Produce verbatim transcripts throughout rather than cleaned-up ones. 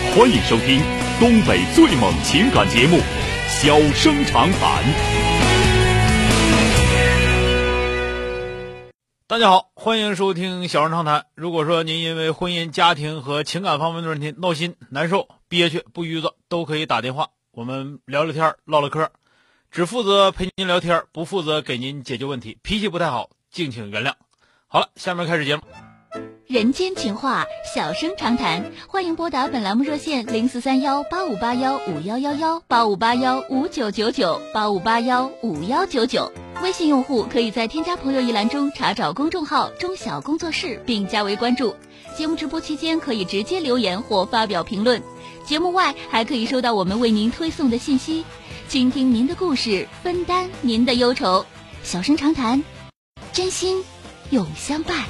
欢迎收听东北最猛情感节目《小生长谈》。 大家好，欢迎收听《小生长谈》。如果说您因为婚姻、家庭和情感方面的问题闹心、难受、憋屈、不愉快，都可以打电话，我们聊聊天、唠唠嗑，只负责陪您聊天，不负责给您解决问题。脾气不太好，敬请原谅。好了，下面开始节目。 人间情话，小生长谈，欢迎拨打本栏目热线零四三幺八五八幺五幺幺幺八五八幺五九九九八五八幺五幺九九。微信用户可以在添加朋友一栏中查找公众号中小工作室并加为关注。节目直播期间可以直接留言或发表评论，节目外还可以收到我们为您推送的信息，倾听您的故事，分担您的忧愁。小生长谈，真心永相伴。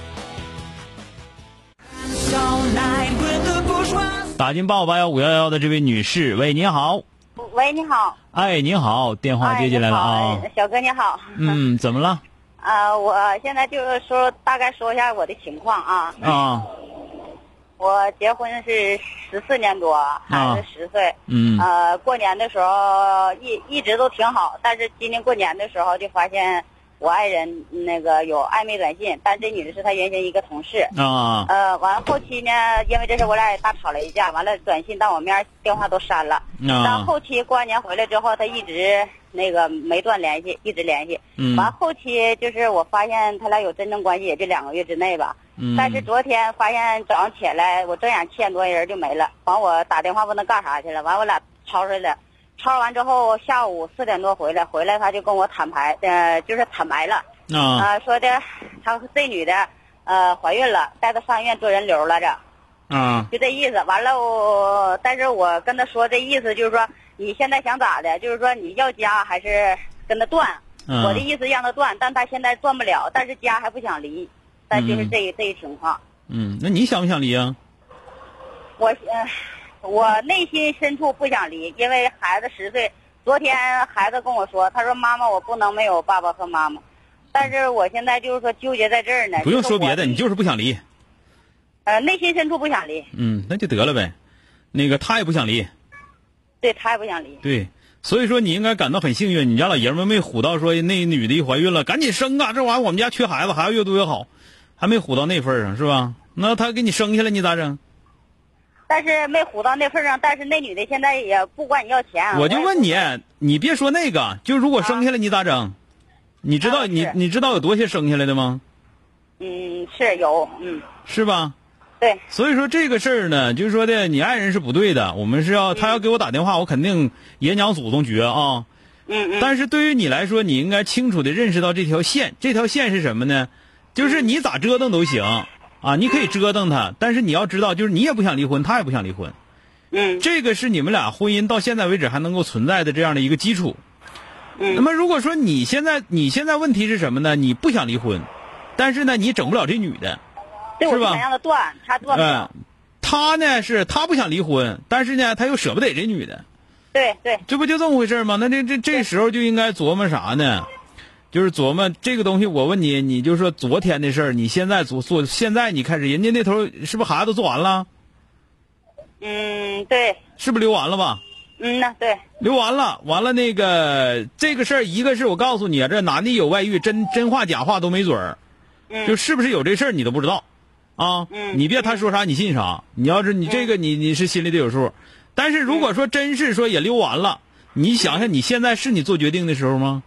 打进八五八幺五幺幺的这位女士，喂，你好。 喂，你好。 哎，你好，电话接进来了啊。 哎、小哥你好。 嗯，怎么了？ 啊、呃，我现在就是说大概说一下我的情况啊。 啊。 我结婚是十四年多，孩子十岁。 嗯。 呃，过年的时候一一直都挺好，但是今年过年的时候就发现我爱人那个有暧昧短信，但这女的是他原先一个同事啊。 呃，完后期呢，因为这事我俩也大吵了一架，完了短信当我面电话都删了。 啊。 但后期过完年回来之后，他一直那个没断联系，一直联系。 嗯。 完后期就是我发现他俩有真正关系，也就两个月之内吧。 嗯。 但是昨天发现早上起来，我正眼七点多人就没了，完我打电话问他干啥去了，完我俩吵出来了。吵完之后，下午四点多回来，回来他就跟我坦白，呃，就是坦白了， 啊， 呃、说的，他这女的，呃，怀孕了，带她上医院做人流来着， 啊， 就这意思。完了我，但是我跟他说这意思就是说，你现在想咋的？就是说你要家还是跟他断？ 嗯、 我的意思让他断，但他现在断不了，但是家还不想离，但就是这一、嗯、这一情况。 嗯，那你想不想离啊？ 我，呃。我内心深处不想离，因为孩子十岁。昨天孩子跟我说，他说妈妈，我不能没有爸爸和妈妈。但是我现在就是说纠结在这儿呢。 不用说别的，你就是不想离。 呃，内心深处不想离。 嗯，那就得了呗。那个他也不想离。 对，他也不想离。 对，所以说你应该感到很幸运，你家老爷们没唬到说那女的一怀孕了赶紧生啊，这玩意儿我们家缺孩子，孩子越多越好，还没唬到那份上是吧？那他给你生下来你咋整？ 但是没唬到那份上，但是那女的现在也不管你要钱。 我就问你，你别说那个，就如果生下来你咋整？啊、你知道、啊、你你知道有多些生下来的吗？ 嗯，是有，嗯， 是吧？ 对。 所以说这个事儿呢，就是说的你爱人是不对的，我们是要、嗯、他要给我打电话，我肯定爷娘祖宗绝啊。 嗯嗯。 但是对于你来说，你应该清楚的认识到这条线，这条线是什么呢？就是你咋折腾都行。啊，你可以折腾他，但是你要知道，就是你也不想离婚，他也不想离婚， 嗯， 这个是你们俩婚姻到现在为止还能够存在的这样的一个基础。 嗯， 那么如果说你现在你现在问题是什么呢？你不想离婚，但是呢，你整不了这女的，是吧？ 想让他断，他断不了。 嗯，他呢是他不想离婚，但是呢他又舍不得这女的。 对对， 这不就这么回事吗？那这这这时候就应该琢磨啥呢？就是琢磨这个东西，我问你，你就说昨天的事儿，你现在做做，现在你开始，人家那头是不是孩子都做完了？ 嗯，对。 是不是留完了吧？ 嗯呐，对。 留完了，完了那个这个事儿，一个是我告诉你啊，这男的有外遇，真真话假话都没准儿， 嗯， 就是不是有这事儿你都不知道，啊， 嗯， 你别他说啥你信啥，你要是你这个你你是心里得有数，但是如果说真是说也留完了，你想想你现在是你做决定的时候吗？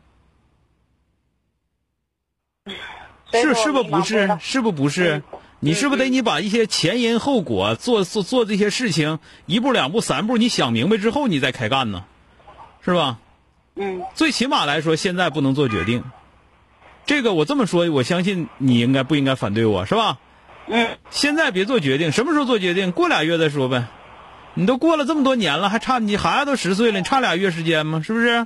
是是不是不是？是不是不是？ 嗯、 你是不是得你把一些前因后果做做做这些事情一步两步三步你想明白之后你再开干呢，是吧？ 嗯。 最起码来说，现在不能做决定。这个我这么说，我相信你应该不应该反对我，是吧？ 嗯。 现在别做决定，什么时候做决定？过俩月再说呗。你都过了这么多年了，还差你孩子都十岁了，你差俩月时间吗？是不是？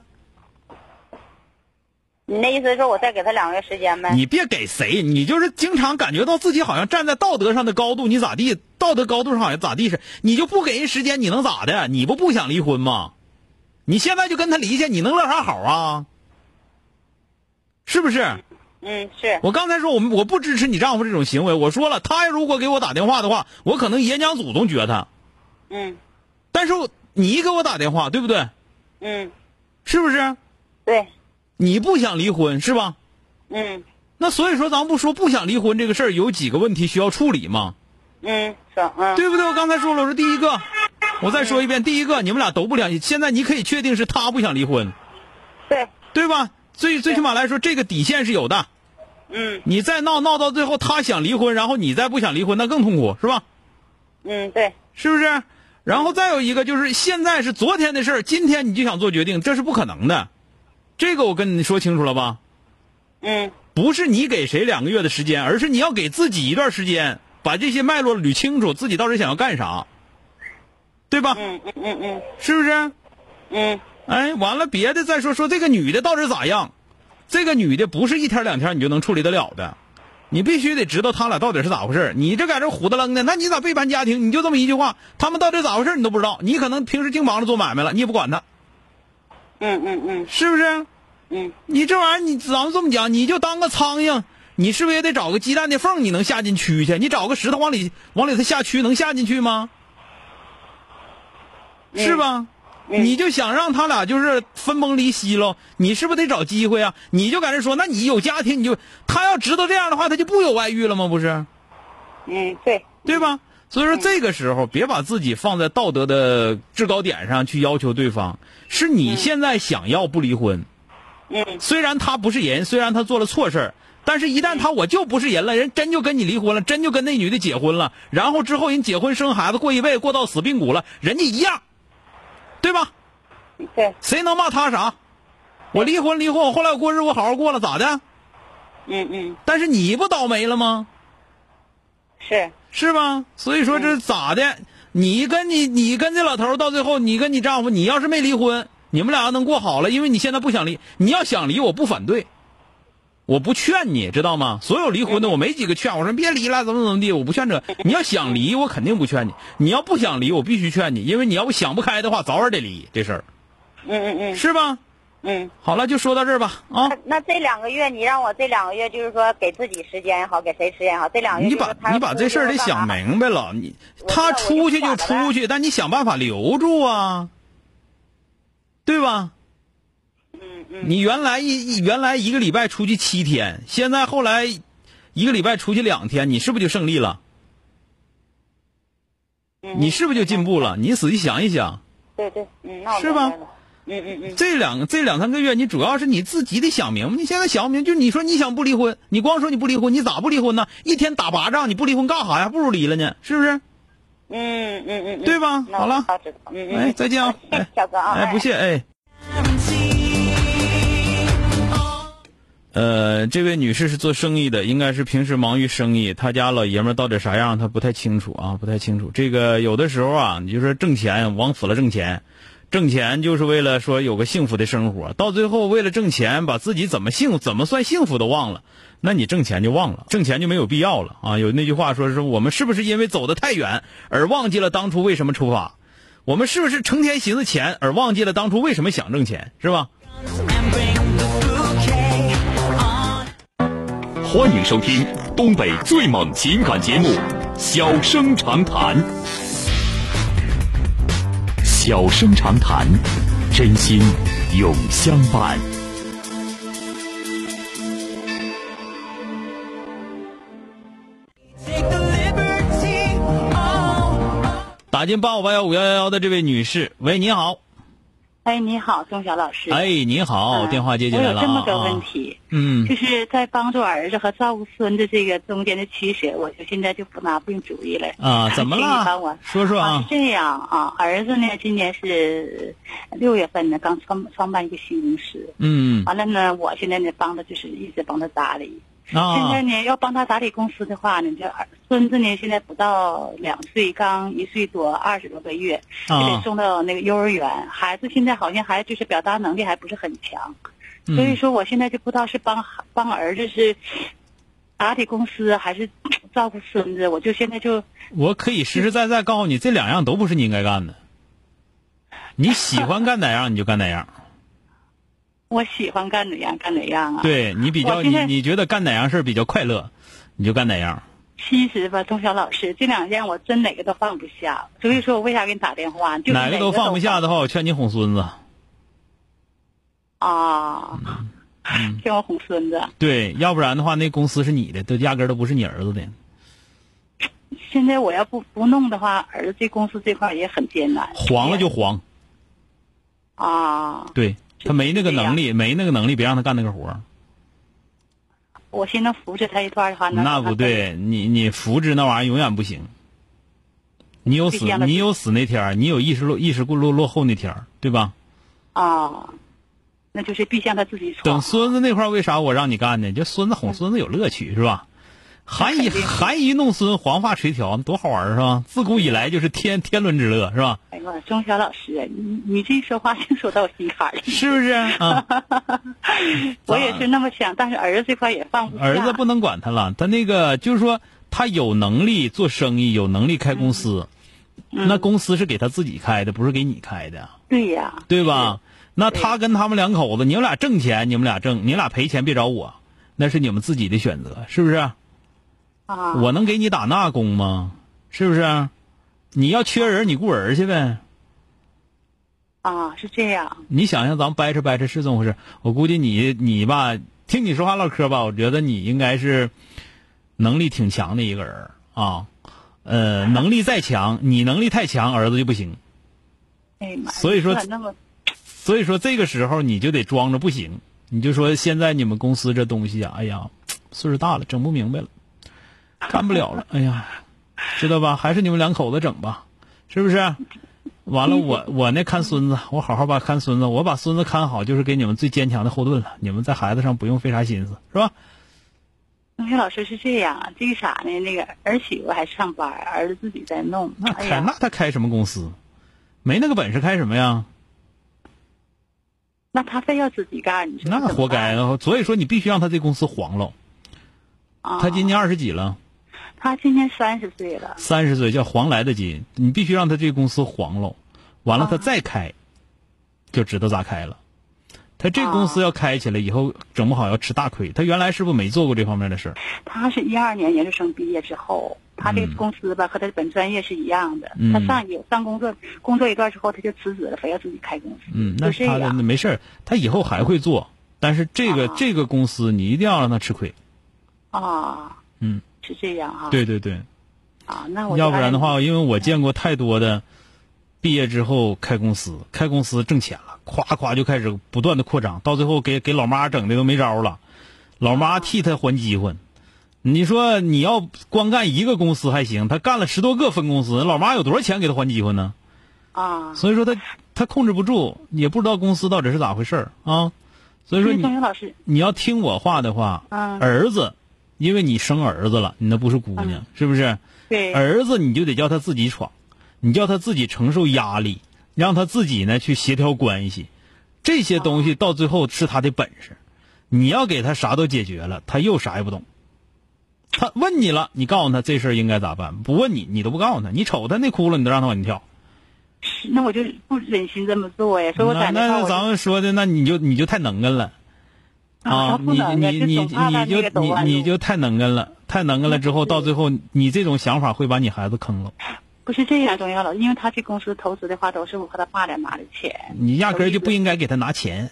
你那意思是说我再给他两个月时间呗？ 你别给谁，你就是经常感觉到自己好像站在道德上的高度，你咋地？道德高度上好像咋地是？你就不给人时间，你能咋的？你不不想离婚吗？你现在就跟他离去，你能乐啥好啊？是不是？ 嗯，是我刚才说我们我不支持你丈夫这种行为，我说了，他如果给我打电话的话，我可能爷娘祖宗绝他， 嗯。 但是你给我打电话，对不对？ 嗯。 是不是？ 对。 你不想离婚是吧？ 嗯。 那所以说，咱不说不想离婚这个事儿，有几个问题需要处理吗？ 嗯，是嗯。 对不对？我刚才说了，我说第一个，我再说一遍，嗯、第一个，你们俩都不想，现在你可以确定是他不想离婚。 对。 对吧？最最起码来说，这个底线是有的。 嗯。 你再闹闹到最后，他想离婚，然后你再不想离婚，那更痛苦，是吧？ 嗯，对。 是不是？然后再有一个就是，现在是昨天的事儿，今天你就想做决定，这是不可能的。这个我跟你说清楚了吧？ 嗯。 不是你给谁两个月的时间，而是你要给自己一段时间，把这些脉络捋清楚，自己到底想要干啥，对吧？ 嗯嗯嗯嗯。 是不是？ 嗯。 哎，完了，别的再说说这个女的到底咋样？这个女的不是一天两天你就能处理得了的，你必须得知道他俩到底是咋回事。你这在这虎的愣的，那你咋背叛家庭？你就这么一句话，他们到底咋回事你都不知道，你可能平时净忙着做买卖了，你也不管他。 嗯嗯嗯， 是不是？ 嗯， 你这玩意儿，你咱们这么讲，你就当个苍蝇，你是不是也得找个鸡蛋的缝，你能下进蛆去？你找个石头往里往里头下蛆，能下进去吗？是吧？ 嗯、 你就想让他俩就是分崩离析喽？你是不是得找机会啊？你就搁这说，那你有家庭，你就他要知道这样的话，他就不有外遇了吗？不是？ 嗯，对， 对吧？所以说这个时候别把自己放在道德的制高点上去要求对方，是你现在想要不离婚。 嗯， 虽然他不是人，虽然他做了错事，但是一旦他我就不是人了，人真就跟你离婚了，真就跟那女的结婚了，然后之后人结婚生孩子过一辈子过到死髌骨了，人家一样，对吧？ 对， 谁能骂他啥？我离婚离婚，我后来我过日子我好好过了，咋的？ 嗯嗯。 但是你不倒霉了吗？ 是是吧？所以说这咋的？嗯、你跟你你跟这老头到最后，你跟你丈夫，你要是没离婚，你们俩能过好了，因为你现在不想离，你要想离，我不反对，我不劝你，知道吗？所有离婚的我没几个劝，我说别离了，怎么怎么地，我不劝这。你要想离，我肯定不劝你；你要不想离，我必须劝你，因为你要不想不开的话，早晚得离这事儿。 嗯嗯嗯， 是吧？ 嗯， 好了，就说到这儿吧啊。 那, 那这两个月，你让我这两个月就是说给自己时间也好，给谁时间也好，这两个月你把你把这事儿得想明白了。你他出去就出去，但你想办法留住啊，对吧？ 嗯嗯。 你原来一原来一个礼拜出去七天，现在后来一个礼拜出去两天，你是不是就胜利了？ 嗯。 你是不是就进步了？你仔细想一想。 对对，嗯，那我是吧？ 嗯嗯嗯， 这两这两三个月，你主要是你自己得想明白。你现在想不明白，就你说你想不离婚，你光说你不离婚，你咋不离婚呢？一天打八仗，你不离婚干啥呀？不如离了呢，是不是？ 嗯嗯嗯， 对吧？好了， 嗯嗯， 哎，再见啊！ 哎，小哥啊， 哎，不谢哎。呃，这位女士是做生意的，应该是平时忙于生意。她家老爷们儿到底啥样，她不太清楚啊，不太清楚。这个有的时候啊，你就说挣钱，往死了挣钱。挣钱就是为了说有个幸福的生活，到最后为了挣钱把自己怎么幸怎么算幸福都忘了，那你挣钱就忘了，挣钱就没有必要了啊！有那句话说是我们是不是因为走得太远而忘记了当初为什么出发？我们是不是成天寻思钱而忘记了当初为什么想挣钱？是吧？ 欢迎收听东北最猛情感节目《小生长谈》。小生长谈，真心永相伴。 打进八五八幺五幺幺幺的这位女士，喂，你好。 哎，你好，钟晓老师。 哎，你好，嗯、电话接进来了。 我有这么个问题， 嗯， 就是在帮助儿子和照顾孙子这个中间的取舍，我就现在就不拿不定主意了。 啊，怎么了？ 帮我说说啊。 啊是这样啊，儿子呢，今年是六月份呢，刚创创办一个新公司。 嗯。 完了呢，我现在呢帮他就是一直帮他打理。 啊。 现在呢，要帮他打理公司的话呢，这孙子呢现在不到两岁，刚一岁多，二十多个月，就得送到那个幼儿园。啊、孩子现在好像还就是表达能力还不是很强， 嗯、 所以说我现在就不知道是帮帮儿子是打理公司还是照顾孙子，我就现在就我可以实实在在告诉你，这两样都不是你应该干的。你喜欢干哪样你就干哪样。 我喜欢干哪样干哪样啊！ 对你比较你你觉得干哪样事比较快乐，你就干哪样。 其实吧，钟晓老师，这两件我真哪个都放不下，所以说我为啥给你打电话？就是、 哪个都放不下的话，我劝你哄孙子。 啊， 嗯， 劝我哄孙子。 对，要不然的话，那公司是你的，都压根儿都不是你儿子的。 现在我要不不弄的话，儿子这公司这块也很艰难。 黄了就黄。 啊。 对，他没那个能力，没那个能力，别让他干那个活儿。 我现在扶着他一段的话， 那不对，你你扶持那玩意儿永远不行。你有死，你有死那天儿，你有意识落意识落落后那天儿，对吧？ 啊，那就是必向他自己闯。 等孙子那块儿，为啥我让你干呢？就孙子哄孙子有乐趣，是吧？含饴含饴弄孙，黄发垂髫，多好玩是吧？自古以来就是天天伦之乐，是吧？ 哎呦，钟晓老师，你你这说话就说到我心坎里， 是不是啊？ 我也是那么想，但是儿子这块也放不下。 儿子不能管他了，他那个就是说，他有能力做生意，有能力开公司， 嗯、 那公司是给他自己开的，不是给你开的。 对呀， 对吧？那他跟他们两口子，你们俩挣钱，你们俩挣，你俩赔钱别找我，那是你们自己的选择，是不是？ 啊， 我能给你打那工吗？是不是？你要缺人，你雇人去呗。 啊，是这样。 你想想，咱们掰扯掰扯是这么回事。我估计你你吧，听你说话唠嗑吧，我觉得你应该是能力挺强的一个人啊。呃，能力再强，你能力太强，儿子就不行。 哎妈！ 所以说， 那么， 所以说这个时候你就得装着不行，你就说现在你们公司这东西啊，哎呀，岁数大了，整不明白了。干不了了，哎呀，知道吧？还是你们两口子整吧，是不是？完了，我我那看孙子，我好好把看孙子，我把孙子看好，就是给你们最坚强的后盾了。你们在孩子上不用费啥心思，是吧？ 钟晓老师是这样，这个啥呢？那个儿媳妇还上班，儿子自己在弄。 那开、 哎、 那他开什么公司？没那个本事开什么呀？ 那他非要自己干，你说那活该啊！所以说你必须让他这公司黄了。 啊、 他今年二十几了？ 他今年三十岁了。 三十岁叫黄来得及，你必须让他这个公司黄了，完了他再开，啊、就知道咋开了。他这个公司要开起来以后，整不好要吃大亏。他原来是不是没做过这方面的事儿？ 他是一二年研究生毕业之后，他这个公司吧、嗯、和他本专业是一样的。 嗯、 他上有上工作工作一段之后，他就辞职了，非要自己开公司。 嗯，那是他的没事儿，他以后还会做，但是这个、啊、这个公司你一定要让他吃亏。 啊， 嗯， 是这样哈。 对对对。 啊，那我要不然的话，因为我见过太多的毕业之后开公司，开公司挣钱了，夸夸就开始不断的扩张，到最后给给老妈整的都没招了，老妈替他还饥荒。你说你要光干一个公司还行，他干了十多个分公司，老妈有多少钱给他还饥荒呢？ 啊， 所以说他他控制不住，也不知道公司到底是咋回事啊。所以说你老师你要听我话的话， 嗯、 儿子，因为你生儿子了，你那不是姑娘， 嗯、 是不是？ 对， 儿子你就得叫他自己闯，你叫他自己承受压力，让他自己呢去协调关系，这些东西到最后是他的本事。你要给他啥都解决了，他又啥也不懂。他问你了，你告诉他这事儿应该咋办，不问你，你都不告诉他，你瞅他那窟窿，你都让他往里跳。 那我就不忍心这么做呀，所以我打电话。 那咱们说的，那你就你就太能干了啊！你你你你就你你就太能干了，太能干了之后，到最后你这种想法会把你孩子坑了。 不是这样，钟晓老师，因为他这公司投资的话，都是我和他爸俩拿的钱。 你压根儿就不应该给他拿钱，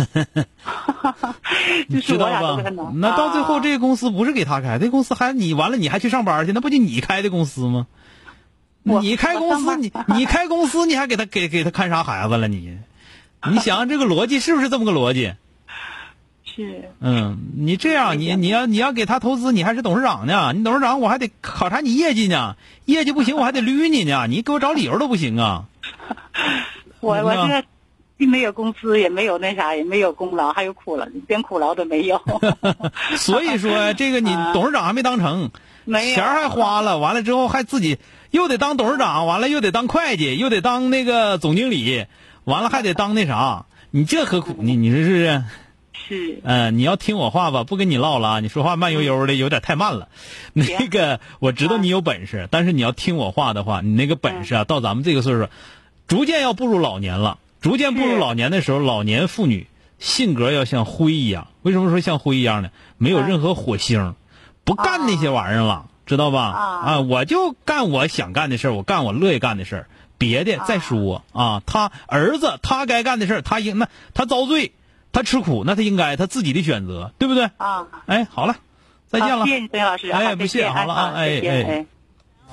你知道吧？那到最后这个公司不是给他开，这公司还你完了，你还去上班去，那不就你开的公司吗？你开公司，你你开公司，你还给他给给他看啥孩子了？你，你想想这个逻辑是不是这么个逻辑？ 是。 嗯，你这样，你你要你要给他投资，你还是董事长呢？你董事长，我还得考察你业绩呢，业绩不行，我还得捋你呢。你给我找理由都不行啊！ 我我这个既没有工资，也没有那啥，也没有功劳，还有苦劳，连苦劳都没有。 所以说，这个你董事长还没当成， 没钱还花了，完了之后还自己又得当董事长，完了又得当会计，又得当那个总经理，完了还得当那啥，你这何苦呢？你说是不是？ 是。 嗯、呃，你要听我话吧，不跟你唠了啊，你说话慢悠悠的，有点太慢了。那个我知道你有本事，但是你要听我话的话，你那个本事啊，到咱们这个岁数，逐渐要步入老年了。逐渐步入老年的时候，老年妇女性格要像灰一样。为什么说像灰一样呢？没有任何火星，不干那些玩意儿了。 知道吧？ 啊啊，我就干我想干的事儿，我干我乐意干的事儿，别的再说啊。他儿子他该干的事儿，他应那他遭罪，他吃苦，那他应该他自己的选择，对不对？ 啊， 哎，好了，再见了。 谢谢你，孙老师。 哎，不谢，好了啊，哎哎。 哎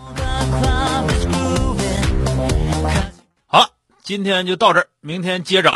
好了，今天就到这儿，明天接着。